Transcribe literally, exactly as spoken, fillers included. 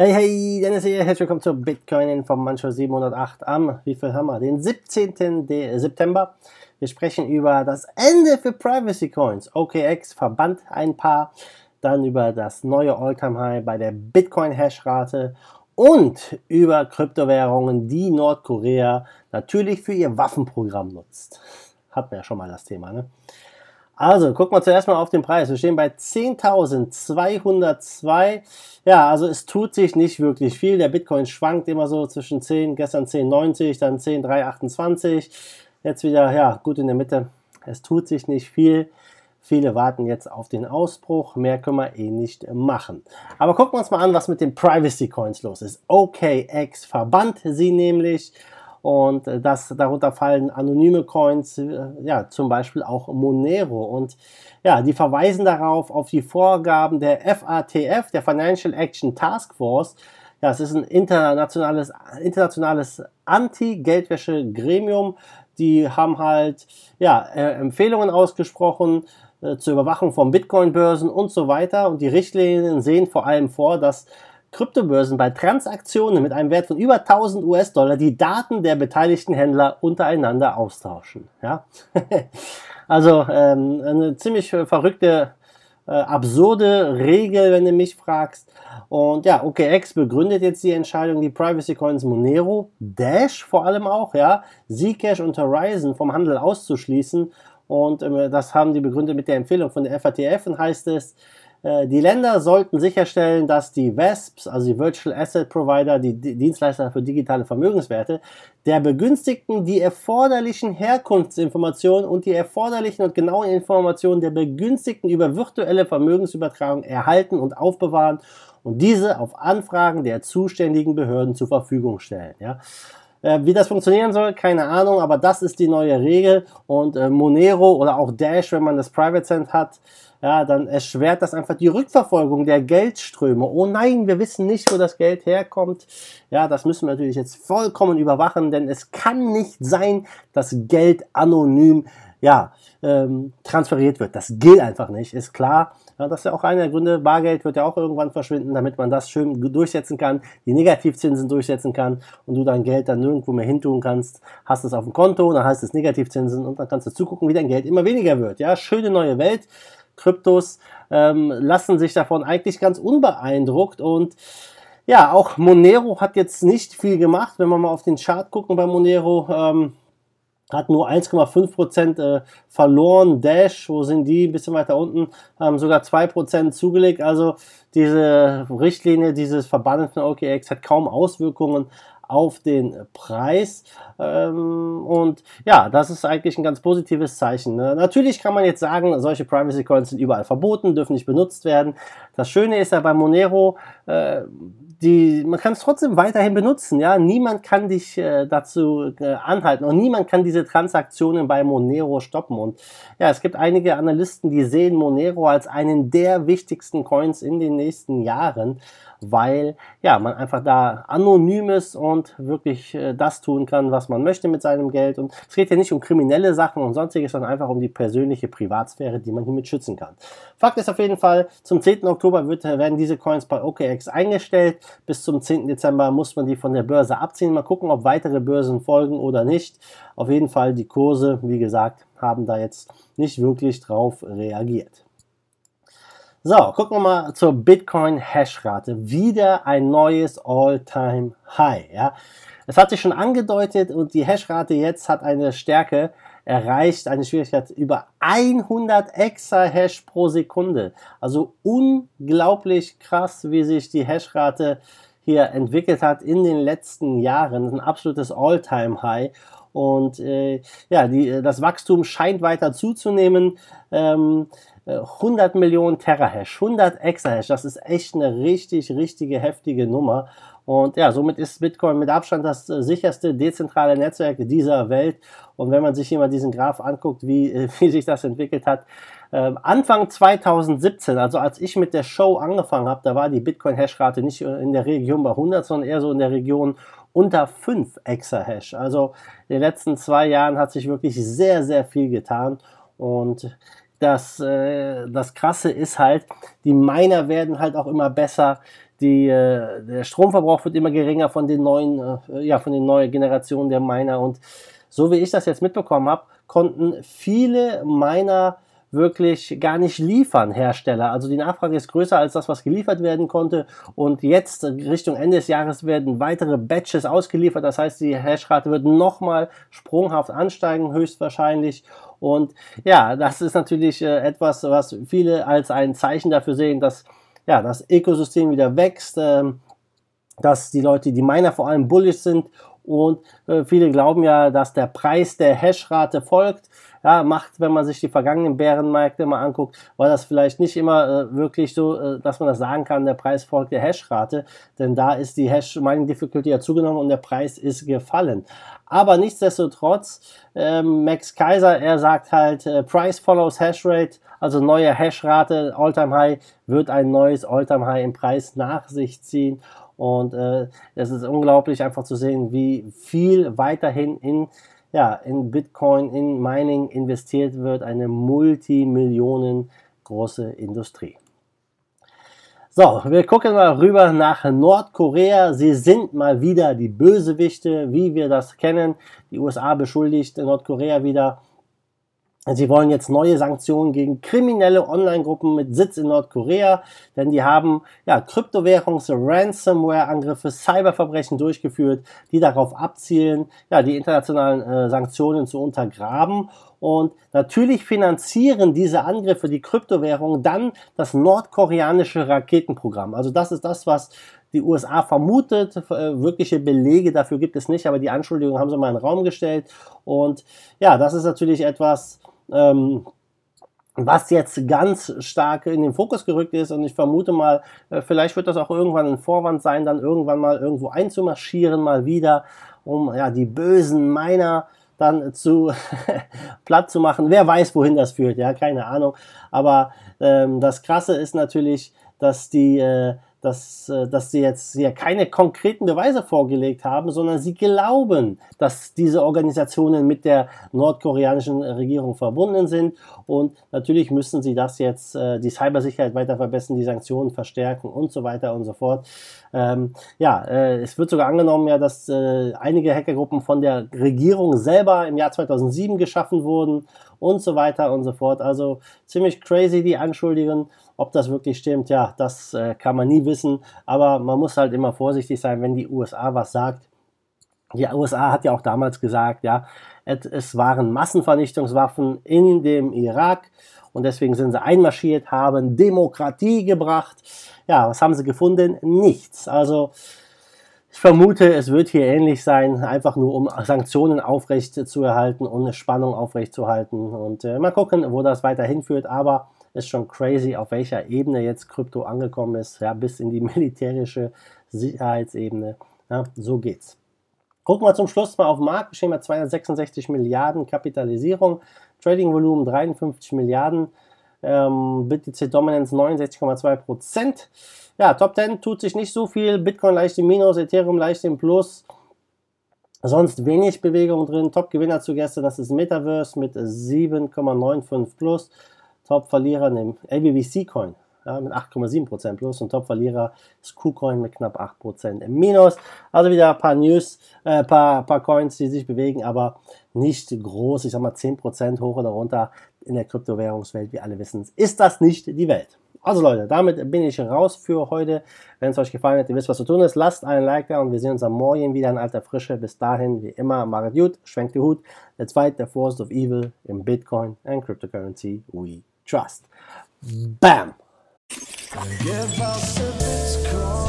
Hey, hey, Dennis hier, herzlich willkommen zur Bitcoin-Information siebenhundertacht am, wie viel haben wir, den siebzehnten September. Wir sprechen über das Ende für Privacy Coins. O K X verbannt ein paar, dann über das neue All-Time-High bei der Bitcoin-Hash-Rate und über Kryptowährungen, die Nordkorea natürlich für ihr Waffenprogramm nutzt. Hatten wir ja schon mal das Thema, ne? Also, gucken wir zuerst mal auf den Preis. Wir stehen bei zehntausendzweihundertzwei. Ja, also es tut sich nicht wirklich viel. Der Bitcoin schwankt immer so zwischen zehn, gestern zehn Komma neunzig, dann zehn Komma dreihundertachtundzwanzig. Jetzt wieder, ja, gut in der Mitte. Es tut sich nicht viel. Viele warten jetzt auf den Ausbruch. Mehr können wir eh nicht machen. Aber gucken wir uns mal an, was mit den Privacy Coins los ist. O K X verbannt sie nämlich. Und das, darunter fallen anonyme Coins, ja, zum Beispiel auch Monero. Und ja, die verweisen darauf, auf die Vorgaben der F A T F, der Financial Action Task Force. Ja, es ist ein internationales, internationales Anti-Geldwäsche-Gremium. Die haben halt, ja, Empfehlungen ausgesprochen äh, zur Überwachung von Bitcoin-Börsen und so weiter. Und die Richtlinien sehen vor allem vor, dass Kryptobörsen bei Transaktionen mit einem Wert von über tausend US-Dollar die Daten der beteiligten Händler untereinander austauschen. Ja? Also ähm, eine ziemlich verrückte, äh, absurde Regel, wenn du mich fragst. Und ja, O K X begründet jetzt die Entscheidung, die Privacy Coins Monero, Dash vor allem auch, ja, Zcash und Horizon vom Handel auszuschließen. Und äh, das haben die begründet mit der Empfehlung von der F A T F und heißt es, die Länder sollten sicherstellen, dass die V A S Ps, also die Virtual Asset Provider, die Dienstleister für digitale Vermögenswerte, der Begünstigten die erforderlichen Herkunftsinformationen und die erforderlichen und genauen Informationen der Begünstigten über virtuelle Vermögensübertragung erhalten und aufbewahren und diese auf Anfragen der zuständigen Behörden zur Verfügung stellen. Ja. Wie das funktionieren soll, keine Ahnung, aber das ist die neue Regel und äh, Monero oder auch Dash, wenn man das Private Cent hat, ja, dann erschwert das einfach die Rückverfolgung der Geldströme. Oh nein, wir wissen nicht, wo das Geld herkommt. Ja, das müssen wir natürlich jetzt vollkommen überwachen, denn es kann nicht sein, dass Geld anonym, ja, ähm, transferiert wird. Das geht einfach nicht, ist klar. Ja, das ist ja auch einer der Gründe. Bargeld wird ja auch irgendwann verschwinden, damit man das schön durchsetzen kann, die Negativzinsen durchsetzen kann und du dein Geld dann nirgendwo mehr hintun kannst. Hast es auf dem Konto, dann heißt es Negativzinsen und dann kannst du zugucken, wie dein Geld immer weniger wird. Ja, schöne neue Welt. Kryptos ähm, lassen sich davon eigentlich ganz unbeeindruckt und ja, auch Monero hat jetzt nicht viel gemacht. Wenn wir mal auf den Chart gucken bei Monero, ähm, hat nur eins Komma fünf Prozent äh, verloren. Dash, wo sind die? Ein bisschen weiter unten, haben sogar zwei Prozent zugelegt. Also diese Richtlinie, dieses Verbannen von O K X hat kaum Auswirkungen auf den Preis. Ähm, und ja, das ist eigentlich ein ganz positives Zeichen. Ne? Natürlich kann man jetzt sagen, solche Privacy Coins sind überall verboten, dürfen nicht benutzt werden. Das Schöne ist ja bei Monero, äh, Die, man kann es trotzdem weiterhin benutzen, ja. Niemand kann dich äh, dazu äh, anhalten und niemand kann diese Transaktionen bei Monero stoppen. Und ja, es gibt einige Analysten, die sehen Monero als einen der wichtigsten Coins in den nächsten Jahren, weil ja man einfach da anonym ist und wirklich äh, das tun kann, was man möchte mit seinem Geld. Und es geht ja nicht um kriminelle Sachen und sonstiges, sondern einfach um die persönliche Privatsphäre, die man hiermit schützen kann. Fakt ist auf jeden Fall, zum zehnten Oktober wird, werden diese Coins bei O K X eingestellt. Bis zum zehnten Dezember muss man die von der Börse abziehen. Mal gucken, ob weitere Börsen folgen oder nicht. Auf jeden Fall die Kurse, wie gesagt, haben da jetzt nicht wirklich drauf reagiert. So, gucken wir mal zur Bitcoin-Hash-Rate. Wieder ein neues All-Time-High. Ja. Es hat sich schon angedeutet und die Hash-Rate jetzt hat eine Stärke erreicht, eine Schwierigkeit über hundert Exahash pro Sekunde. Also unglaublich krass, wie sich die Hash-Rate hier entwickelt hat in den letzten Jahren. Ein absolutes All-Time-High. Und äh, ja, die, das Wachstum scheint weiter zuzunehmen. Ähm, hundert Millionen Terahash, hundert Exahash, das ist echt eine richtig, richtige, heftige Nummer. Und ja, somit ist Bitcoin mit Abstand das äh, sicherste dezentrale Netzwerk dieser Welt. Und wenn man sich hier mal diesen Graph anguckt, wie, äh, wie sich das entwickelt hat, äh, Anfang zweitausendsiebzehn, also als ich mit der Show angefangen habe, da war die Bitcoin-Hash-Rate nicht in der Region bei hundert, sondern eher so in der Region unter fünf Exahash. Also in den letzten zwei Jahren hat sich wirklich sehr, sehr viel getan. Und das, äh, das Krasse ist halt, die Miner werden halt auch immer besser. die, äh, der Stromverbrauch wird immer geringer von den neuen, äh, ja, von den neuen Generationen der Miner. Und so wie ich das jetzt mitbekommen habe, konnten viele Miner wirklich gar nicht liefern, Hersteller. Also die Nachfrage ist größer als das, was geliefert werden konnte. Und jetzt Richtung Ende des Jahres werden weitere Batches ausgeliefert. Das heißt, die Hashrate wird nochmal sprunghaft ansteigen, höchstwahrscheinlich. Und ja, das ist natürlich äh, etwas, was viele als ein Zeichen dafür sehen, dass ja, das Ökosystem wieder wächst, äh, dass die Leute, die Miner vor allem bullish sind. Und äh, viele glauben ja, dass der Preis der Hashrate folgt. Ja, macht, wenn man sich die vergangenen Bärenmärkte mal anguckt, war das vielleicht nicht immer äh, wirklich so, äh, dass man das sagen kann, der Preis folgt der Hashrate, denn da ist die Hash-Mining-Difficulty ja zugenommen und der Preis ist gefallen. Aber nichtsdestotrotz, äh, Max Keiser, er sagt halt, äh, Price follows Hashrate, also neue Hashrate, All-Time-High, wird ein neues All-Time-High im Preis nach sich ziehen. Und äh, es ist unglaublich einfach zu sehen, wie viel weiterhin in ja, in Bitcoin, in Mining investiert wird, eine Multimillionen große Industrie. So, wir gucken mal rüber nach Nordkorea. Sie sind mal wieder die Bösewichte, wie wir das kennen. Die U S A beschuldigt Nordkorea wieder. Sie wollen jetzt neue Sanktionen gegen kriminelle Online-Gruppen mit Sitz in Nordkorea, denn die haben ja Kryptowährungs-Ransomware-Angriffe, Cyberverbrechen durchgeführt, die darauf abzielen, ja, die internationalen äh, Sanktionen zu untergraben. Und natürlich finanzieren diese Angriffe, die Kryptowährungen, dann das nordkoreanische Raketenprogramm. Also das ist das, was die U S A vermutet. Äh, wirkliche Belege dafür gibt es nicht, aber die Anschuldigungen haben sie mal in den Raum gestellt. Und ja, das ist natürlich etwas, ähm, was jetzt ganz stark in den Fokus gerückt ist. Und ich vermute mal, äh, vielleicht wird das auch irgendwann ein Vorwand sein, dann irgendwann mal irgendwo einzumarschieren, mal wieder, um ja die bösen Miner dann zu platt zu machen. Wer weiß, wohin das führt, ja, keine Ahnung. Aber ähm, das Krasse ist natürlich, dass die, äh, dass, äh, dass sie jetzt hier keine konkreten Beweise vorgelegt haben, sondern sie glauben, dass diese Organisationen mit der nordkoreanischen Regierung verbunden sind. Und natürlich müssen sie das jetzt, äh, die Cybersicherheit weiter verbessern, die Sanktionen verstärken und so weiter und so fort. Ähm, ja, äh, es wird sogar angenommen, ja, dass äh, einige Hackergruppen von der Regierung selber im Jahr zweitausendsieben geschaffen wurden und so weiter und so fort. Also ziemlich crazy die Anschuldigungen. Ob das wirklich stimmt, ja, das äh, kann man nie wissen. Aber man muss halt immer vorsichtig sein, wenn die U S A was sagt. Die U S A hat ja auch damals gesagt, ja, es, es waren Massenvernichtungswaffen in dem Irak. Und deswegen sind sie einmarschiert, haben Demokratie gebracht. Ja, was haben sie gefunden? Nichts. Also ich vermute, es wird hier ähnlich sein, einfach nur um Sanktionen aufrecht zu erhalten und eine Spannung aufrecht zu halten. Und äh, mal gucken, wo das weiterhin führt. Aber ist schon crazy, auf welcher Ebene jetzt Krypto angekommen ist, ja, bis in die militärische Sicherheitsebene. Ja, so geht's. Gucken wir zum Schluss mal auf den Markt. Wir stehen bei zweihundertsechsundsechzig Milliarden Kapitalisierung, Trading-Volumen dreiundfünfzig Milliarden, ähm, B T C Dominance neunundsechzig Komma zwei Prozent. Ja, Top zehn tut sich nicht so viel, Bitcoin leicht im Minus, Ethereum leicht im Plus. Sonst wenig Bewegung drin. Top-Gewinner zu gestern, das ist Metaverse mit sieben Komma fünfundneunzig plus. Top-Verlierer im L B B C-Coin, ja, mit acht Komma sieben Prozent plus, und Top-Verlierer ist KuCoin mit knapp acht Prozent im Minus. Also wieder ein paar News, ein äh, paar, paar Coins, die sich bewegen, aber nicht groß. Ich sag mal zehn Prozent hoch oder runter in der Kryptowährungswelt, wie alle wissen, ist das nicht die Welt. Also Leute, damit bin ich raus für heute. Wenn es euch gefallen hat, ihr wisst, was zu tun ist, lasst einen Like da und wir sehen uns am Morgen wieder in alter Frische. Bis dahin, wie immer, macht gut, schwenkt die Hut. Let's fight the force of evil in Bitcoin and cryptocurrency we trust. Bam! Give us a Bitcoin.